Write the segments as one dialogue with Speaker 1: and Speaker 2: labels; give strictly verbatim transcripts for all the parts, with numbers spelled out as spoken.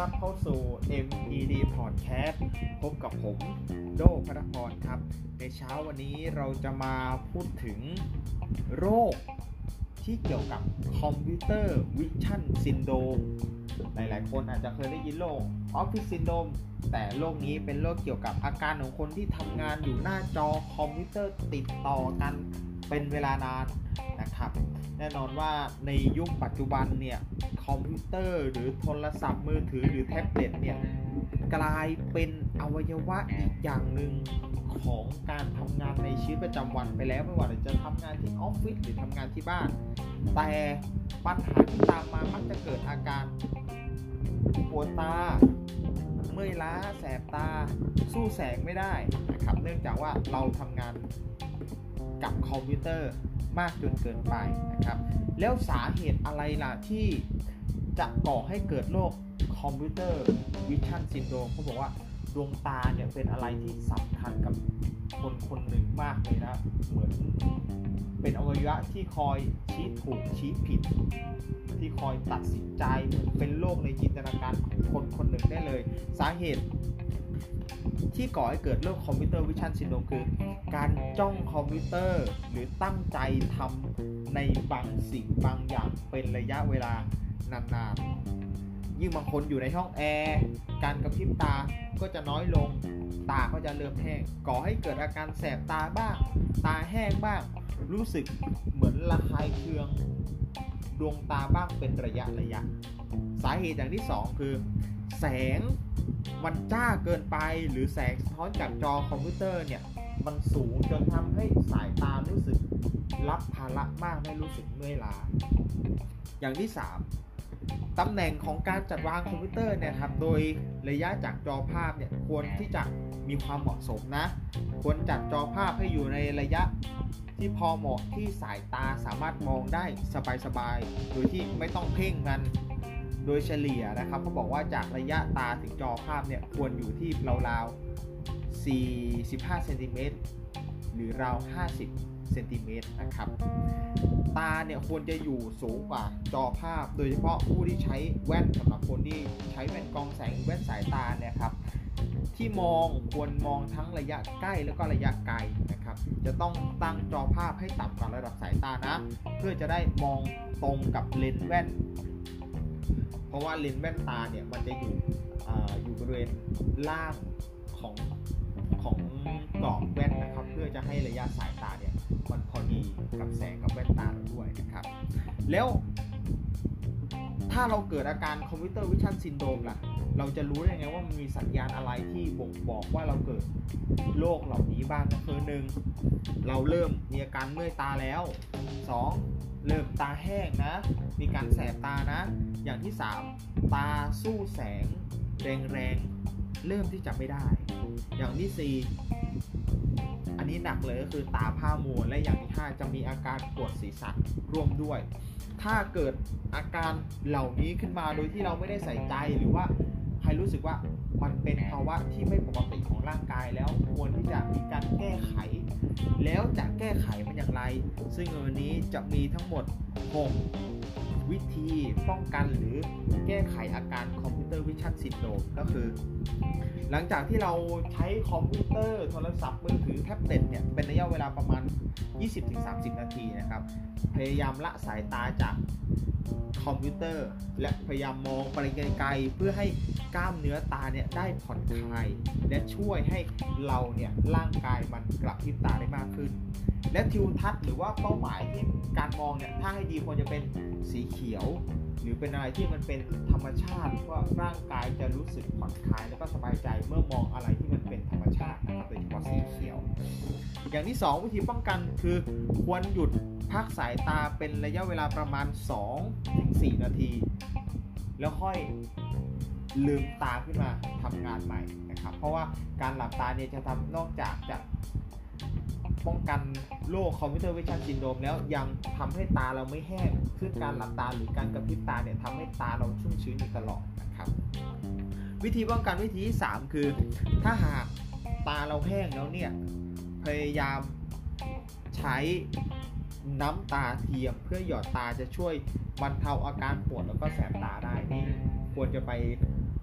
Speaker 1: รับเข้าสู่ เอ็ม อี ดี Podcast พบกับผมโดภัทรพรครับในเช้าวันนี้เราจะมาพูดถึงโรคที่เกี่ยวกับคอมพิวเตอร์วิชั่นซินโดรมหลายๆคนอาจจะเคยได้ยินโรคออฟฟิศซินโดรมแต่โรคนี้เป็นโรคเกี่ยวกับอาการของคนที่ทำงานอยู่หน้าจอคอมพิวเตอร์ติดต่อกันเป็นเวลานานนะครับแน่นอนว่าในยุคปัจจุบันเนี่ยคอมพิวเตอร์หรือโทรศัพท์มือถือหรือแท็บเล็ตเนี่ยกลายเป็นอวัยวะอีกอย่างหนึ่งของการทำงานในชีวิตประจำวันไปแล้วไม่ว่าจะทำงานที่ออฟฟิศหรือทำงานที่บ้านแต่ปัญหาที่ตามมามักจะเกิดอาการปวดตาเมื่อยล้าแสบตาสู้แสงไม่ได้นะครับเนื่องจากว่าเราทำงานกับคอมพิวเตอร์มากจนเกินไปนะครับแล้วสาเหตุอะไรล่ะที่จะก่อให้เกิดโรคคอมพิวเตอร์วิชั่นซินโดรมเขาบอกว่าดวงตาเนี่ยเป็นอะไรที่สำคัญกับคนคนหนึ่งมากเลยนะเหมือนเป็นอวัยวะที่คอยชี้ถูกชี้ผิดที่คอยตัดสินใจเหมือนเป็นโรคในจินตนาการของคนคนหนึ่งได้เลยสาเหตุที่ก่อให้เกิดโรคคอมพิวเตอร์วิชั่นซินโดรมคือการจ้องคอมพิวเตอร์หรือตั้งใจทำในบางสิ่งบางอย่างเป็นระยะเวลานานๆยิ่งบางคนอยู่ในห้องแอร์การกระพริบตาก็จะน้อยลงตาก็จะเริ่มแห้งก่อให้เกิดอาการแสบตาบ้างตาแห้งบ้างรู้สึกเหมือนระคายเคืองดวงตาบ้างเป็นระยะระยะสาเหตุอย่างที่สองคือแสงมันจ้าเกินไปหรือแสงสะท้อนจากจอคอมพิวเตอร์เนี่ยมันสูงจนทำให้สายตารู้สึกรับภาระมากไม่รู้สึกเมื่อยล้าอย่างที่สามตำแหน่งของการจัดวางคอมพิวเตอร์เนี่ยครับโดยระยะจากจอภาพเนี่ยควรที่จะมีความเหมาะสมนะควรจัดจอภาพให้อยู่ในระยะที่พอเหมาะที่สายตาสามารถมองได้สบายๆโดยที่ไม่ต้องเพ่งมันโดยเฉลี่ยนะครับเขาบอกว่าจากระยะตาถึงจอภาพเนี่ยควรอยู่ที่ราวๆสี่สิบห้าเซนติเมตรหรือราวห้าสิบเซนติเมตรนะครับตาเนี่ยควรจะอยู่สูงกว่าจอภาพโดยเฉพาะผู้ที่ใช้แว่นสำหรับคนที่ใช้แว่นกรองแสงแว่นสายตาเนี่ยครับที่มองควรมองทั้งระยะใกล้แล้วก็ระยะไกลนะครับจะต้องตั้งจอภาพให้ต่ำกว่าระดับสายตานะเพื่อจะได้มองตรงกับเลนส์แว่นเพราะว่าเลนส์แว่นตาเนี่ยมันจะอยู่อ่าอยู่บริเวณล่างของของกรอบแว่นนะครับเพื่อจะให้ระยะสายตาเนี่ยมันพอดีกับแสงกับแว่นตาเราด้วยนะครับแล้วถ้าเราเกิดอาการคอมพิวเตอร์วิชั่นซินโดรมล่ะเราจะรู้ได้ไงว่ามันมีสัญญาณอะไรที่บ่งบอกว่าเราเกิดโรคเหล่านี้บ้างก็คือหนึ่งเราเริ่มมีอาการเมื่อยตาแล้วสองเริ่มตาแห้งนะมีการแสบตานะอย่างที่สามตาสู้แสงแรงๆเริ่มที่จะไม่ได้อย่างที่สี่อันนี้หนักเลยก็คือตาผ้ามัวและอย่างที่ห้าจะมีอาการปวดศีรษะร่วมด้วยถ้าเกิดอาการเหล่านี้ขึ้นมาโดยที่เราไม่ได้ใส่ใจหรือว่าใครรู้สึกว่ามันเป็นภาวะที่ไม่ปกติของร่างกายแล้วควรที่จะมีการแก้ไขแล้วจะแก้ไขมันอย่างไรซึ่งวันนี้จะมีทั้งหมดหกวิธีป้องกันหรือแก้ไขอาการคอมพิวเตอร์วิชั่นซินโดรมก็คือหลังจากที่เราใช้คอมพิวเตอร์โทรศัพท์มือถือแท็บเล็ตเนี่ยเป็นระยะเวลาประมาณ ยี่สิบถึงสามสิบ นาทีนะครับพยายามละสายตาจากคอมพิวเตอร์และพยายามมองไปไกลๆเพื่อให้กล้ามเนื้อตาเนี่ยได้ผ่อนคลายและช่วยให้เราเนี่ยร่างกายมันกระพริบตาได้มากขึ้นและทิวทัศน์หรือว่าเป้าหมายที่การมองเนี่ยถ้าให้ดีควรจะเป็นสีเขียวหรือเป็นอะไรที่มันเป็นธรรมชาติว่าร่างกายจะรู้สึกผ่อนคลายแล้วก็สบายใจเมื่อมองอะไรที่มันเป็นธรรมชาตินะครับโดยเฉพาะสีเขียวอย่างที่สองวิธีป้องกันคือควรหยุดพักสายตาเป็นระยะเวลาประมาณ สองถึงสี่ นาทีแล้วค่อยลืมตาขึ้นมาทำงานใหม่นะครับเพราะว่าการหลับตาเนี่ยจะทำนอกจากจะป้องกันโรคคอมพิวเตอร์วิชั่นซินโดรมแล้วยังทำให้ตาเราไม่แห้งซึ่งการหลับตาหรือการกระพริบตาเนี่ยทำให้ตาเราชุ่มชื้นอยู่ตลอดนะครับวิธีป้องกันวิธีที่สามคือถ้าหากตาเราแห้งแล้วเนี่ยพยายามใช้น้ำตาเทียมเพื่อหยอดตาจะช่วยบรรเทาอาการปวดแล้วก็แสบตาได้นี่ควรจะไป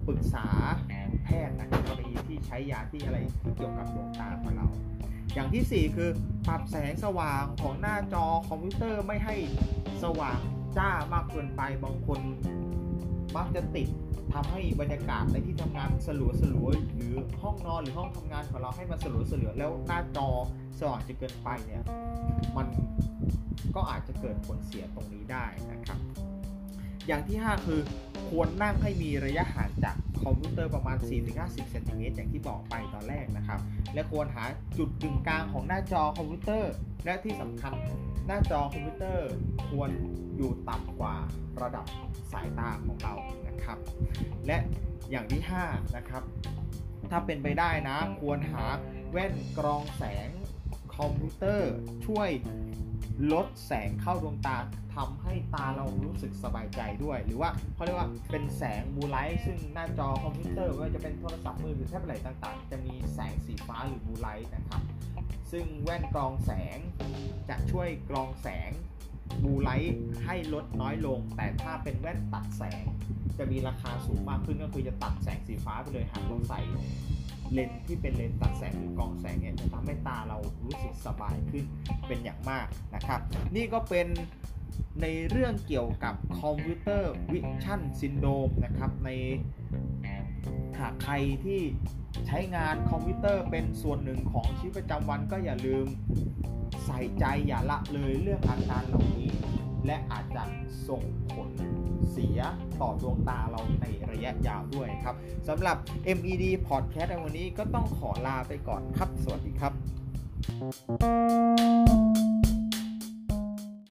Speaker 1: ปรึกษาแพทย์นะครับกรณีที่ใช้ยาที่อะไรที่เกี่ยวกับดวงตาของเราอย่างที่สี่คือปรับแสงสว่างของหน้าจอคอมพิวเตอร์ไม่ให้สว่างจ้ามากเกินไปบางคนมักจะติดทำให้บรรยากาศในที่ทำงานสลัวสลัวหรือห้องนอนหรือห้องทำงานของเราให้มันสลัวสลัวแล้วหน้าจอสว่างจนเกินไปเนี่ยมันก็อาจจะเกิดผลเสียตรงนี้ได้นะครับอย่างที่ห้าคือควรนั่งให้มีระยะห่างจากคอมพิวเตอร์ประมาณ สี่ถึงห้าสิบ เซนติเมตรอย่างที่บอกไปตอนแรกนะครับและควรหาจุดกึ่งกลางของหน้าจอคอมพิวเตอร์และที่สำคัญหน้าจอคอมพิวเตอร์ควรอยู่ต่ำกว่าระดับสายตาของเรานะครับและอย่างที่ห้านะครับถ้าเป็นไปได้นะควรหาแว่นกรองแสงคอมพิวเตอร์ช่วยลดแสงเข้าดวงตาทำให้ตาเรารู้สึกสบายใจด้วยหรือว่าเขาเรียกว่าเป็นแสงบลูไลท์ซึ่งหน้าจอคอมพิวเตอร์ไม่ว่าจะเป็นโทรศัพท์มือถือแท็บเล็ตต่างๆจะมีแสงสีฟ้าหรือบลูไลท์นะครับซึ่งแว่นกรองแสงจะช่วยกรองแสงบลูไลท์ให้ลดน้อยลงแต่ถ้าเป็นแว่นตัดแสงจะมีราคาสูงมากขึ้นก็คือจะตัดแสงสีฟ้าไปเลยหากเราใส่เลนส์ที่เป็นเลนส์ตัดแสงหรือกรองแสงเนี่ยจะทำให้ตาเรารู้สึกสบายขึ้นเป็นอย่างมากนะครับนี่ก็เป็นในเรื่องเกี่ยวกับคอมพิวเตอร์วิชั่นซินโดรมนะครับในหากใครที่ใช้งานคอมพิวเตอร์เป็นส่วนหนึ่งของชีวิตประจำวันก็อย่าลืมใส่ใจอย่าละเลยเรื่องอาการเหล่านี้และอาจจะส่งผลเสียต่อดวงตาเราในระยะยาวด้วยครับสำหรับ เอ็ม อี ดี Podcast ในวันนี้ก็ต้องขอลาไปก่อนครับสวัสดีครับ